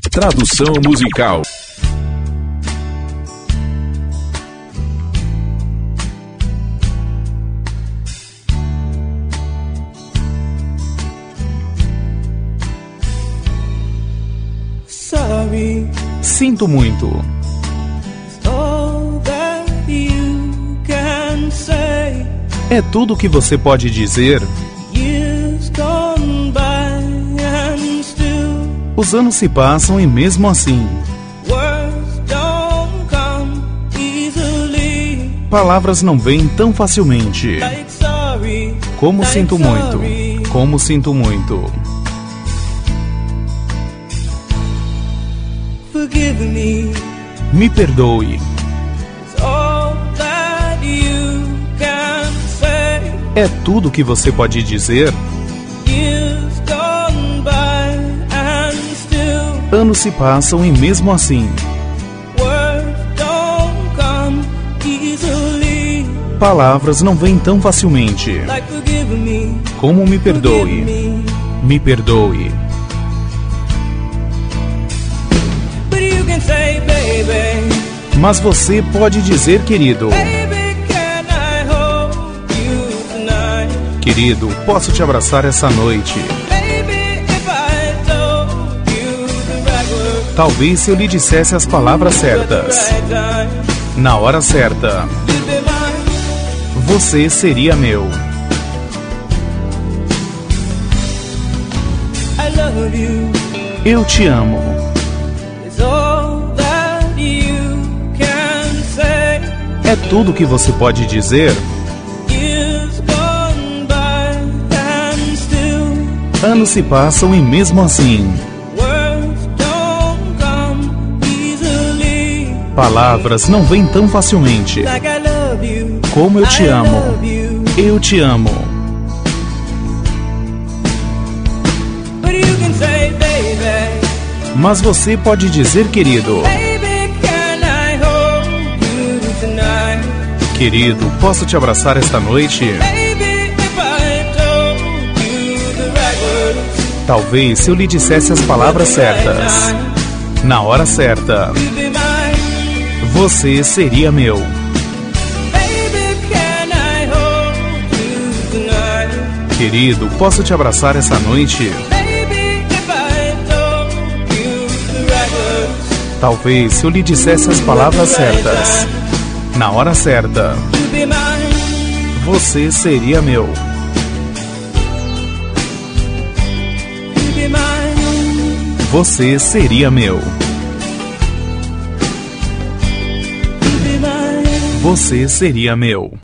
Tradução musical. Sinto muito. É tudo o que você pode dizer. Os anos se passam e mesmo assim, palavras não vêm tão facilmente. Como sinto muito. Como sinto muito. Me perdoe. É tudo o que você pode dizer. Anos se passam e mesmo assim, palavras não vêm tão facilmente. Como me perdoe. Me perdoe. Mas você pode dizer, querido. Querido, posso te abraçar essa noite. Talvez se eu lhe dissesse as palavras certas, na hora certa, você seria meu. Eu te amo. É tudo o que você pode dizer. Anos se passam e mesmo assim, palavras não vêm tão facilmente. Como eu te amo. Eu te amo. Mas você pode dizer, querido. Querido, posso te abraçar esta noite? Talvez se eu lhe dissesse as palavras certas, na hora certa, você seria meu. Querido, posso te abraçar essa noite? Talvez se eu lhe dissesse as palavras certas, na hora certa, você seria meu. Você seria meu. Você seria meu.